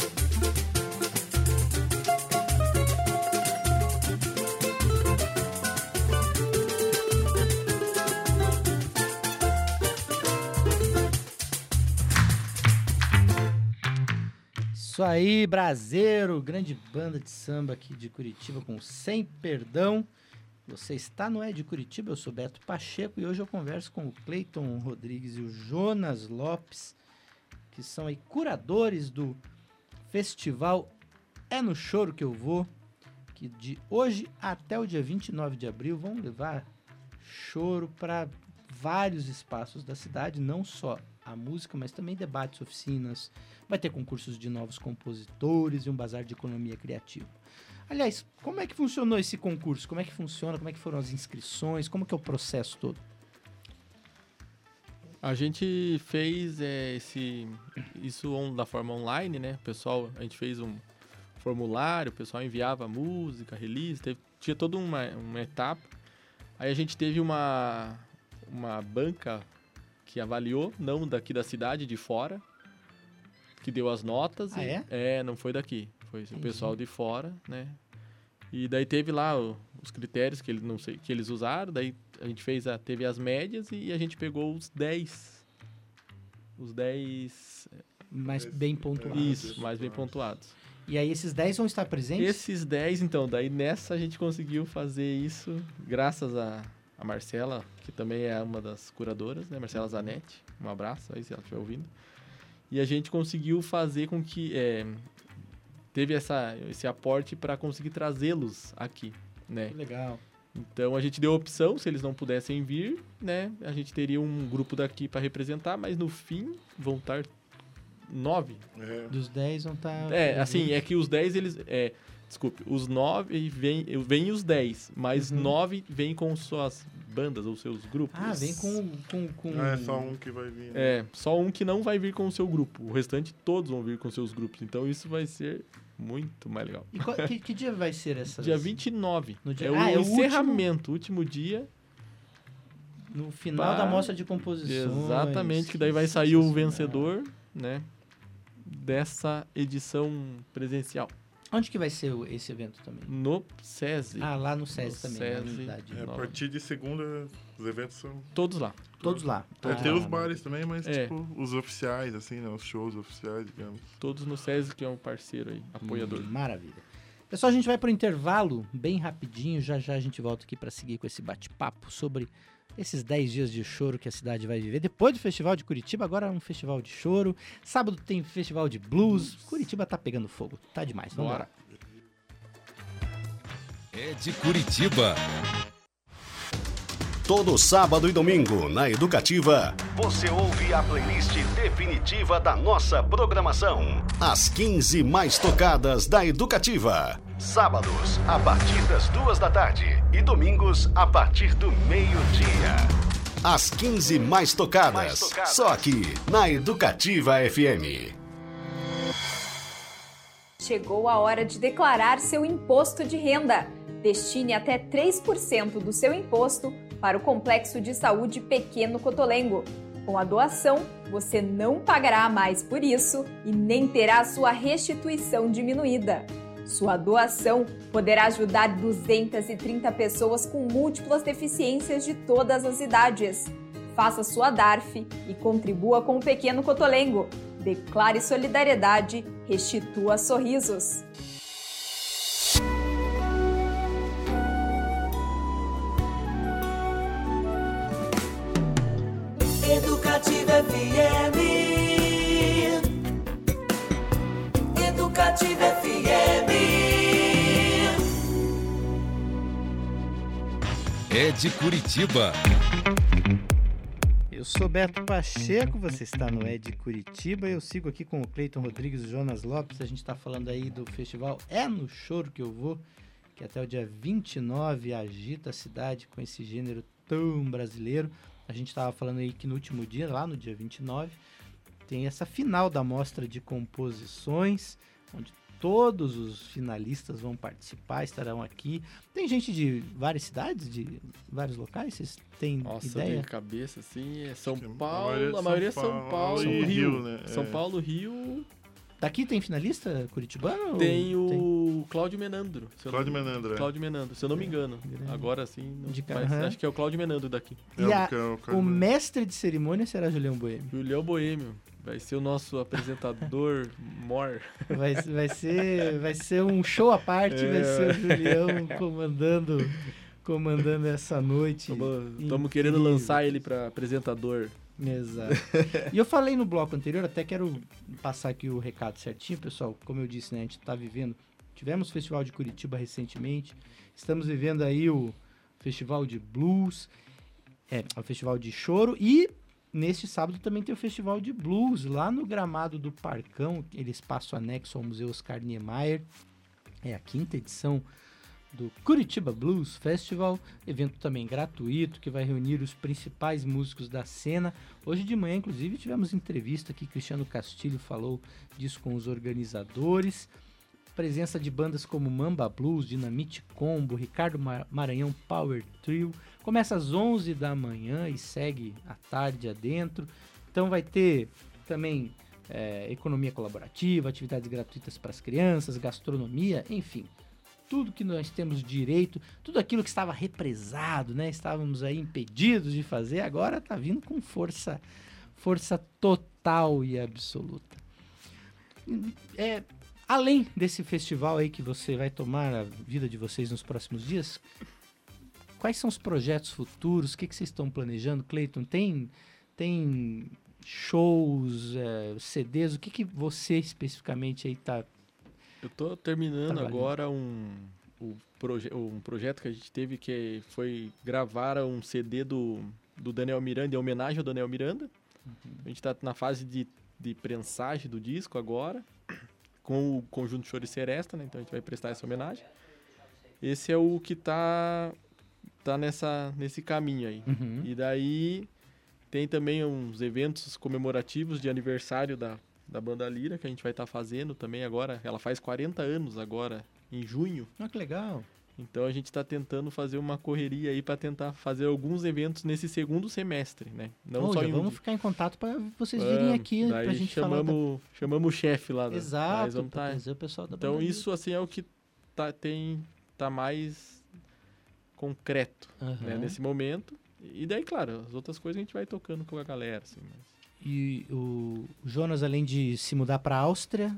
Isso aí, Brasileiro, grande banda de samba aqui de Curitiba com Sem Perdão. Você está no É de Curitiba, eu sou Beto Pacheco e hoje eu converso com o Cleiton Rodrigues e o Jonas Lopes, que são aí curadores do festival É no Choro que eu vou, que de hoje até o dia 29 de abril vão levar choro para vários espaços da cidade, não só a música, mas também debates, oficinas, vai ter concursos de novos compositores e um bazar de economia criativa. Aliás, como é que funcionou esse concurso? Como é que funciona? Como é que foram as inscrições? Como que é o processo todo? A gente fez isso da forma online, né? A gente fez um formulário, o pessoal enviava música, release, tinha toda uma etapa. Aí a gente teve uma banca que avaliou, não daqui da cidade, de fora, que deu as notas. Ah, é? É, não foi daqui, foi o pessoal de fora, né? E daí teve lá os critérios que eles usaram, daí a gente teve as médias e a gente pegou os 10. Os 10... Mais bem pontuados. Isso, mais bem pontuados. E aí esses 10 vão estar presentes? Esses 10, então, daí nessa a gente conseguiu fazer isso, graças a Marcela, que também é uma das curadoras, né? Marcela Zanetti, um abraço aí se ela estiver ouvindo. E a gente conseguiu fazer com que... teve esse aporte para conseguir trazê-los aqui, né? Que legal. Então, a gente deu a opção, se eles não pudessem vir, né? A gente teria um grupo daqui para representar, mas no fim vão estar 9. Dos 10 vão estar... assim, é que os 10, eles... desculpe, os 9 vêm os 10, mas 9 vêm com suas bandas ou seus grupos. Ah, vem com... É só um que vai vir. É, só um que não vai vir com o seu grupo. O restante todos vão vir com seus grupos. Então isso vai ser muito mais legal. E que dia vai ser essa? Dia 29. No dia... É o encerramento, último dia. No final da mostra de composições. Exatamente, que daí vai sair o vencedor, né, dessa edição presencial. Onde que vai ser esse evento também? No SESI. Ah, lá no SESI também. SESI. Na a partir de segunda, os eventos são... Todos lá. Todos lá. Tem os bares também, mas tipo, os oficiais, assim, né? Os shows oficiais, digamos. Todos no SESI, que é um parceiro aí, apoiador. Maravilha. Pessoal, a gente vai para o intervalo bem rapidinho. Já a gente volta aqui para seguir com esse bate-papo sobre esses 10 dias de choro que a cidade vai viver. Depois do Festival de Curitiba, agora é um festival de choro. Sábado tem Festival de Blues. Curitiba tá pegando fogo. Tá demais. Vamos lá. É de Curitiba. Todo sábado e domingo, na Educativa, você ouve a playlist definitiva da nossa programação. As 15 mais tocadas da Educativa. Sábados, a partir das 2 da tarde. E domingos, a partir do meio-dia. As 15 mais tocadas. Só aqui, na Educativa FM. Chegou a hora de declarar seu imposto de renda. Destine até 3% do seu imposto para o Complexo de Saúde Pequeno Cotolengo. Com a doação, você não pagará mais por isso e nem terá sua restituição diminuída. Sua doação poderá ajudar 230 pessoas com múltiplas deficiências de todas as idades. Faça sua DARF e contribua com o Pequeno Cotolengo. Declare solidariedade, restitua sorrisos. Educativa FM. Educativa FM. É de Curitiba. Eu sou Beto Pacheco, você está no É de Curitiba. Eu sigo aqui com o Cleiton Rodrigues e o Jonas Lopes. A gente está falando aí do festival É no Choro que eu vou, que até o dia 29 agita a cidade com esse gênero tão brasileiro. A gente estava falando aí que no último dia, lá no dia 29, tem essa final da mostra de composições, onde todos os finalistas vão participar, estarão aqui. Tem gente de várias cidades, de vários locais? Vocês têm ideia? De cabeça, assim, é São Paulo, a maioria é São Paulo e Rio, né? São Paulo, Rio... Daqui tem finalista curitibano? Tem o Cláudio Menandro. Cláudio Menandro, Cláudio Menandro, se eu não me engano. Agora sim, mas acho que é o Cláudio Menandro daqui. E o mestre de cerimônia será Julião Boêmio. Julião Boêmio. Vai ser o nosso apresentador mor. Vai ser um show à parte, vai ser o Julião comandando essa noite. Estamos querendo lançar ele para apresentador. Exato. E eu falei no bloco anterior, até quero passar aqui o recado certinho, pessoal. Como eu disse, né, a gente está vivendo... Tivemos o Festival de Curitiba recentemente, estamos vivendo aí o Festival de Blues, o Festival de Choro, e neste sábado também tem o Festival de Blues, lá no gramado do Parcão, aquele espaço anexo ao Museu Oscar Niemeyer. É a 5ª edição do Curitiba Blues Festival, evento também gratuito, que vai reunir os principais músicos da cena. Hoje de manhã, inclusive, tivemos entrevista aqui, Cristiano Castilho falou disso com os organizadores. Presença de bandas como Mamba Blues, Dinamite Combo, Ricardo Maranhão Power Trio. Começa às 11 da manhã e segue à tarde adentro. Então vai ter também economia colaborativa, atividades gratuitas para as crianças, gastronomia, enfim. Tudo que nós temos direito, tudo aquilo que estava represado, né? Estávamos aí impedidos de fazer, agora está vindo com força total e absoluta. Além desse festival aí que você vai tomar a vida de vocês nos próximos dias, quais são os projetos futuros? O que vocês estão planejando? Cleiton, tem shows, CDs? O que você especificamente aí está... Eu estou terminando agora um projeto que a gente teve, que foi gravar um CD do Daniel Miranda, em homenagem ao Daniel Miranda. A gente está na fase de prensagem do disco agora, com o conjunto Choro e Seresta, né? Então a gente vai prestar essa homenagem. Esse é o que tá nesse caminho aí. E daí tem também uns eventos comemorativos de aniversário da Banda Lira, que a gente vai estar fazendo também agora. Ela faz 40 anos agora, em junho. Ah, que legal! Então a gente está tentando fazer uma correria aí para tentar fazer alguns eventos nesse segundo semestre, né? Não só vamos ficar em contato para vocês virem aqui para a gente chamamos o chefe lá. Exato, para trazer o pessoal da Então Banda isso assim é o que tá mais concreto, né, nesse momento. E daí, claro, as outras coisas a gente vai tocando com a galera, assim. E o Jonas, além de se mudar para a Áustria...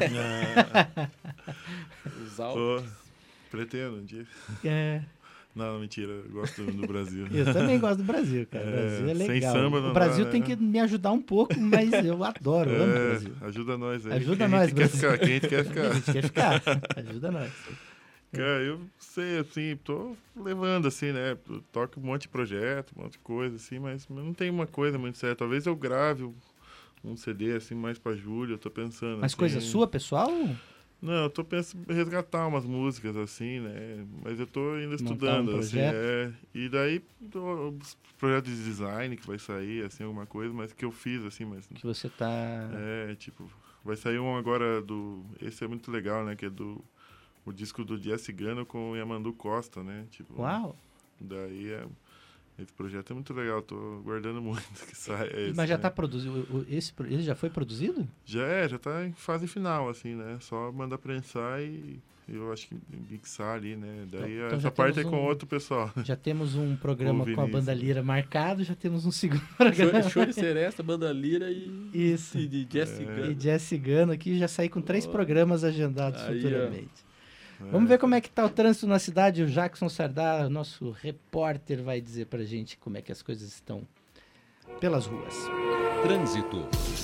Os Alpes. Pretendo um dia. Não, mentira, eu gosto do Brasil. Eu também gosto do Brasil, cara. O Brasil é legal. Sem samba não o Brasil dá, tem que me ajudar um pouco, mas eu adoro, amo o Brasil. Ajuda nós aí. Ajuda nós, Brasil. Quem a gente quer ficar. A gente quer ficar. Ajuda nós. Cara, eu sei, assim, tô levando, assim, né? Eu toco um monte de projeto, um monte de coisa, assim, mas não tem uma coisa muito certa. Talvez eu grave um CD, assim, mais pra julho, eu tô pensando. Mas assim, coisa sua, pessoal? Não, eu tô pensando em resgatar umas músicas, assim, né? Mas eu tô ainda estudando, assim, E daí, os projetos de design que vai sair, assim, alguma coisa, mas que eu fiz, assim, mas... Que você tá... vai sair um agora Esse é muito legal, né? Que é o disco do Jazz Cigano com o Yamandu Costa, né? Tipo, uau! Daí esse projeto é muito legal, tô guardando muito que saia. Mas já tá produzido? Ele já foi produzido? Já tá em fase final, assim, né? Só mandar prensar e eu acho que mixar ali, né? Daí então essa parte é com outro pessoal. Já temos um programa com a Banda Lira marcado, já temos um segundo programa. Choro e Seresta, Banda Lira e de Jazz Cigano. E Jazz Cigano aqui, já saí com 3 programas agendados futuramente. Vamos ver como é que tá o trânsito na cidade. O Jackson Sardá, nosso repórter, vai dizer pra gente como é que as coisas estão pelas ruas. Trânsito.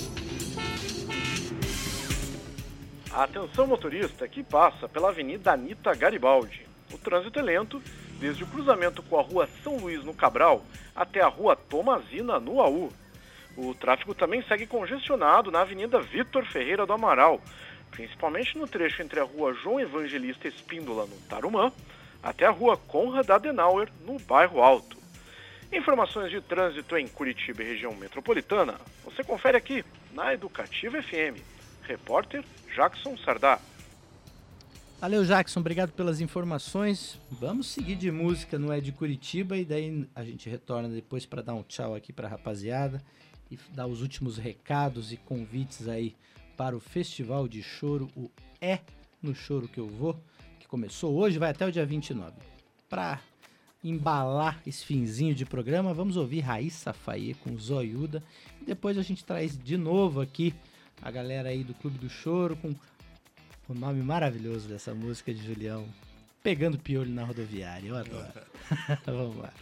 Atenção motorista que passa pela Avenida Anita Garibaldi. O trânsito é lento desde o cruzamento com a Rua São Luís no Cabral até a Rua Tomazina no Aú. O tráfego também segue congestionado na Avenida Vitor Ferreira do Amaral, principalmente no trecho entre a Rua João Evangelista Espíndola, no Tarumã, até a Rua Conrad Adenauer, no Bairro Alto. Informações de trânsito em Curitiba e região metropolitana, você confere aqui na Educativa FM. Repórter Jackson Sardá. Valeu, Jackson, obrigado pelas informações. Vamos seguir de música no É de Curitiba e daí a gente retorna depois para dar um tchau aqui para a rapaziada e dar os últimos recados e convites aí para o Festival de Choro, o É no Choro que eu vou, que começou hoje, vai até o dia 29. Para embalar esse finzinho de programa, vamos ouvir Raíssa Faye com Zoiuda. E depois a gente traz de novo aqui a galera aí do Clube do Choro com o nome maravilhoso dessa música de Julião, Pegando Piolho na Rodoviária. Eu adoro. Vamos lá.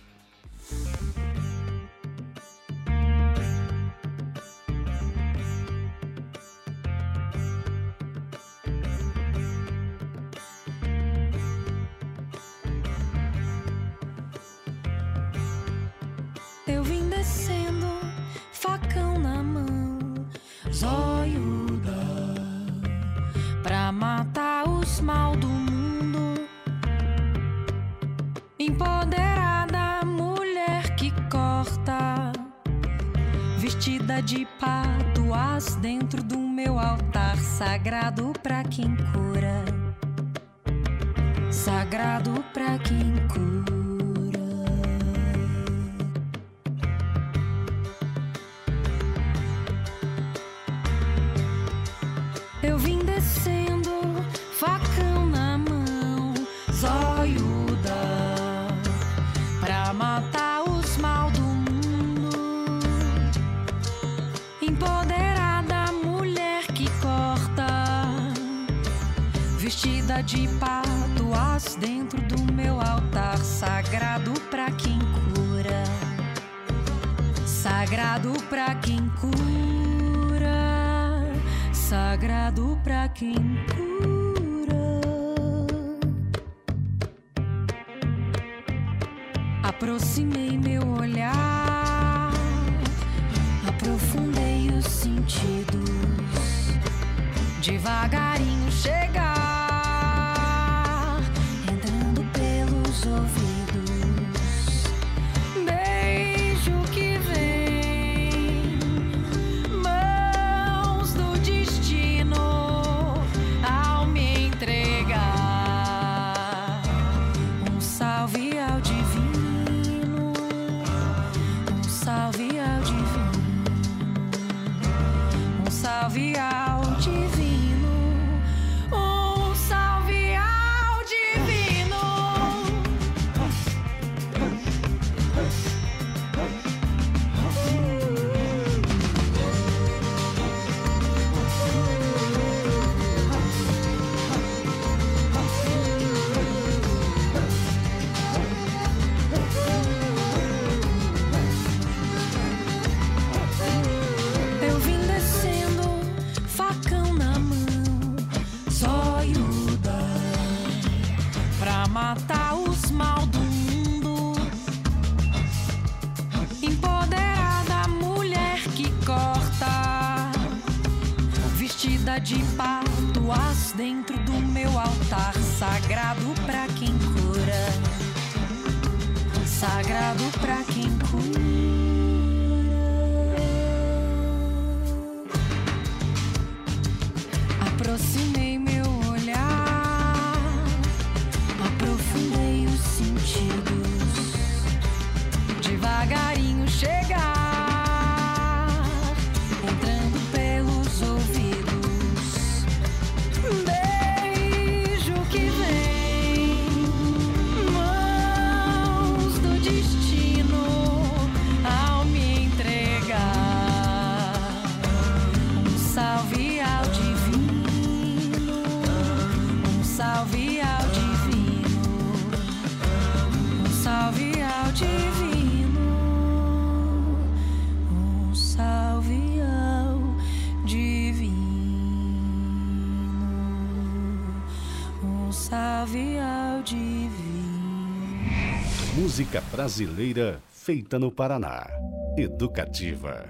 Eu vim descendo, facão na mão, zoiuda, pra matar os mal do mundo. Empoderada, mulher que corta, vestida de patuas dentro do meu altar sagrado pra quem cura, sagrado pra quem cura. Eu vim descendo, facão na mão, zoiuda, pra matar os mal do mundo. Empoderada, mulher que corta, vestida vestida de patuás dentro do meu altar sagrado pra quem cura, sagrado pra quem cura, sagrado pra quem cura. Aproximei meu olhar, aprofundei os sentidos, devagarinho chegar, entrando pelos ouvidos, beijo que vem, mãos do destino ao me entregar, um salve ao divino, um salve ao divino, um salve ao divino. Matar os mal do mundo, empoderada mulher que corta, vestida de patuás dentro do meu altar sagrado pra quem cura, sagrado pra quem cura. Aproximei meu olhar, aprofundei os sentidos, devagarinho chegar, entrando pelos ouvidos, beijo que vem, mãos do destino ao me entregar, um salve ao divino, um salve ao divino, um salve ao divino, um salve ao divino, um salve ao divino. Música brasileira feita no Paraná. Educativa.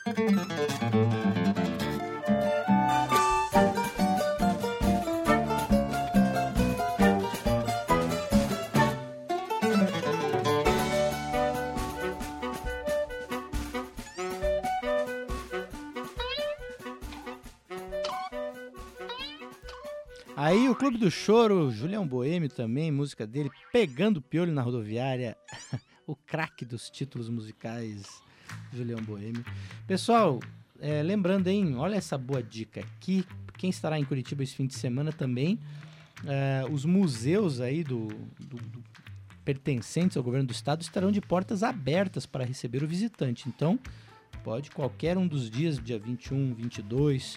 Aí o Clube do Choro, Julião Boêmio também, música dele, Pegando Piolho na Rodoviária, o craque dos títulos musicais, Julião Boêmio. Pessoal, lembrando, hein, olha essa boa dica aqui, quem estará em Curitiba esse fim de semana também, os museus aí pertencentes ao governo do estado estarão de portas abertas para receber o visitante. Então, pode qualquer um dos dias, dia 21, 22...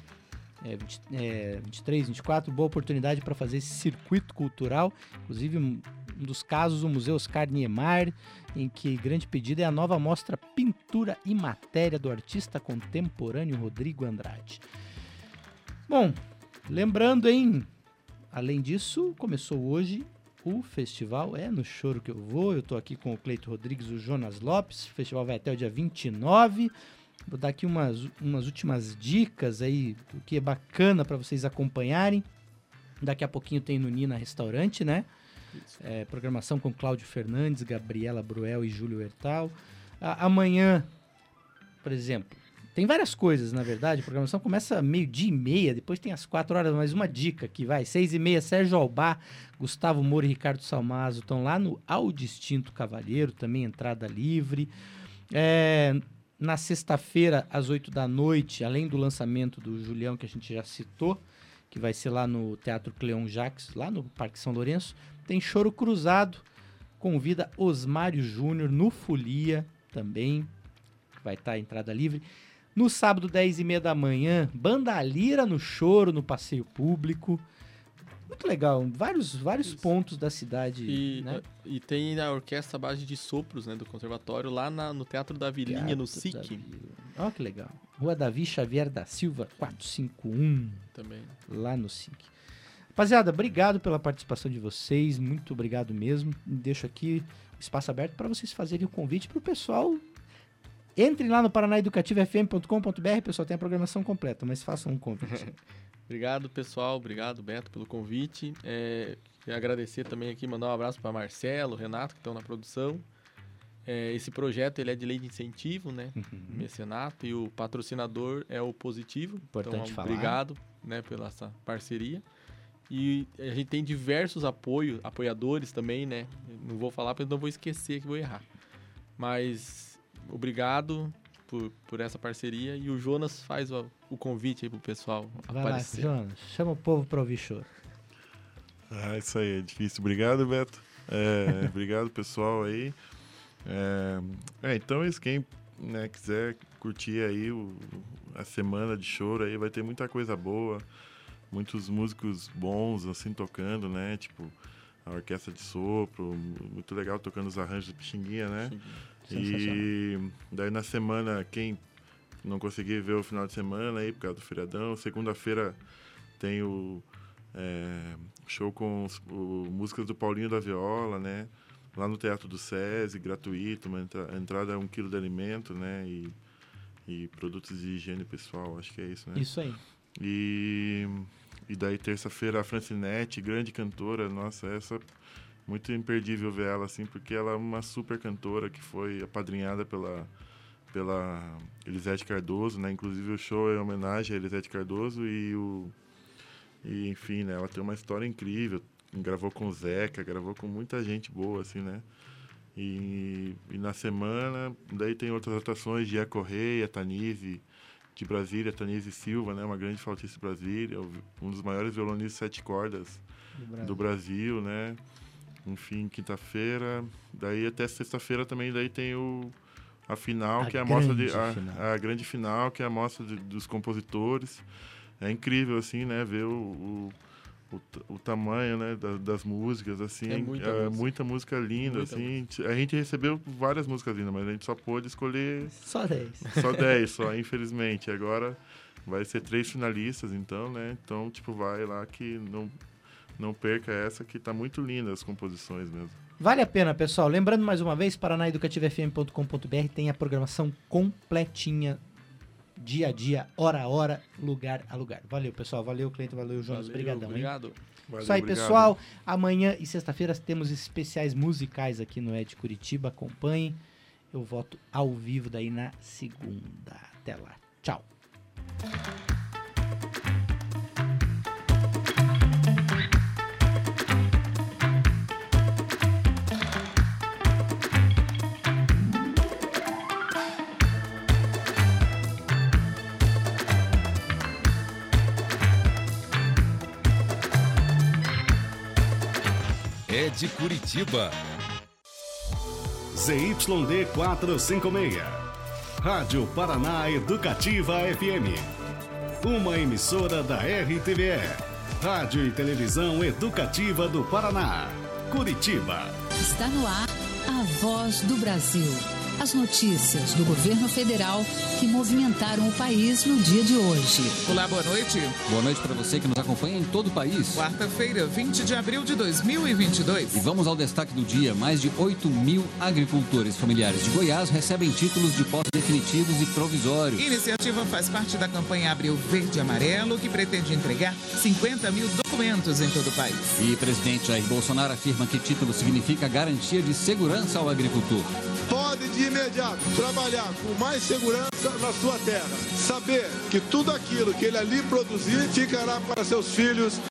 23, 24, boa oportunidade para fazer esse circuito cultural. Inclusive, um dos casos, o Museu Oscar Niemeyer, em que grande pedido é a nova mostra Pintura e Matéria do artista contemporâneo Rodrigo Andrade. Bom, lembrando, hein, além disso, começou hoje o festival No Choro Que Eu Vou. Eu estou aqui com o Cleito Rodrigues e o Jonas Lopes. O festival vai até o dia 29. Vou dar aqui umas últimas dicas aí, o que é bacana para vocês acompanharem. Daqui a pouquinho tem no Nina Restaurante, né? Programação com Cláudio Fernandes, Gabriela Bruel e Júlio Hertal. Amanhã, por exemplo, tem várias coisas, na verdade. A programação começa 12h30, depois tem às 4h, mais uma dica aqui, vai. 6h30, Sérgio Albá, Gustavo Moura e Ricardo Salmazo estão lá no Ao Distinto Cavalheiro, também entrada livre. Na sexta-feira, às 20h, além do lançamento do Julião, que a gente já citou, que vai ser lá no Teatro Cleon Jacques, lá no Parque São Lourenço, tem Choro Cruzado, convida Osmário Júnior no Folia também, que vai estar a entrada livre. No sábado, 10h30, Banda Lira no Choro, no Passeio Público. Muito legal, vários pontos da cidade. Né? E tem a orquestra à base de sopros, né, do conservatório lá no Teatro da Vilinha, no SIC. Olha que legal. Rua Davi Xavier da Silva, 451. Também. Lá no SIC. Rapaziada, obrigado pela participação de vocês, muito obrigado mesmo. Deixo aqui o espaço aberto para vocês fazerem o convite para o pessoal. Entrem lá no paranaeducativofm.com.br, pessoal, tem a programação completa, mas façam um convite. Obrigado, pessoal. Obrigado, Beto, pelo convite. Queria agradecer também aqui, mandar um abraço para Marcelo, Renato, que estão na produção. Esse projeto ele é de lei de incentivo, né? Mecenato, e o patrocinador é o Positivo. Importante falar. Obrigado, né, pela essa parceria. E a gente tem diversos apoiadores também, né? Não vou falar porque não vou esquecer que vou errar. Mas obrigado por essa parceria, e o Jonas faz o convite aí pro pessoal aparecer. Vai lá, Jonas, chama o povo para ouvir choro. Isso aí, é difícil. Obrigado, Beto. Obrigado, pessoal aí. Então, quem quiser curtir aí a semana de choro aí, vai ter muita coisa boa, muitos músicos bons, assim, tocando, né? Tipo, a orquestra de sopro, muito legal, tocando os arranjos de Pixinguinha, né? E daí na semana, quem não conseguir ver o final de semana aí por causa do feriadão, segunda-feira tem o show com músicas do Paulinho da Viola, né? Lá no Teatro do SESI, gratuito, a entrada é 1 quilo de alimento, né? E produtos de higiene pessoal, acho que é isso, né? Isso aí. E daí terça-feira a Francinete, grande cantora, nossa, essa... Muito imperdível ver ela, assim, porque ela é uma super cantora que foi apadrinhada pela Elisete Cardoso, né? Inclusive o show é em homenagem a Elisete Cardoso e enfim, né? Ela tem uma história incrível. Gravou com o Zeca, gravou com muita gente boa, assim, né? E na semana, daí tem outras atrações, Gia Correia, Tanise de Brasília, Tanise Silva, né? Uma grande flautista de Brasília, um dos maiores violonistas de 7 cordas do Brasil, né? Enfim, quinta-feira, daí até sexta-feira também, daí tem a final, que é a mostra a grande final, que é a mostra dos compositores. É incrível, assim, né, ver o tamanho, né, das músicas, assim, muita música linda, assim. A gente recebeu várias músicas lindas, mas a gente só pôde escolher... Só 10. Só 10, infelizmente. Agora vai ser 3 finalistas, então, né, então, tipo, vai lá que não perca essa, que tá muito linda as composições mesmo. Vale a pena, pessoal. Lembrando mais uma vez, paranaeducativofm.com.br tem a programação completinha dia a dia, hora a hora, lugar a lugar. Valeu, pessoal. Valeu, Cleiton. Valeu, Jonas. Obrigadão, obrigado. Valeu, isso aí, obrigado. pessoal. Amanhã e sexta-feira temos especiais musicais aqui no Ed Curitiba. Acompanhem. Eu volto ao vivo daí na segunda. Até lá. Tchau. É de Curitiba. ZYD 456. Rádio Paraná Educativa FM. Uma emissora da RTVE. Rádio e Televisão Educativa do Paraná. Curitiba. Está no ar a Voz do Brasil. As notícias do governo federal que movimentaram o país no dia de hoje. Olá, boa noite. Boa noite para você que nos acompanha em todo o país. Quarta-feira, 20 de abril de 2022. E vamos ao destaque do dia. Mais de 8 mil agricultores familiares de Goiás recebem títulos de posse definitivos e provisórios. Iniciativa faz parte da campanha Abril Verde e Amarelo, que pretende entregar 50 mil documentos em todo o país. E o presidente Jair Bolsonaro afirma que título significa garantia de segurança ao agricultor. Pode de imediato trabalhar com mais segurança na sua terra. Saber que tudo aquilo que ele ali produzir ficará para seus filhos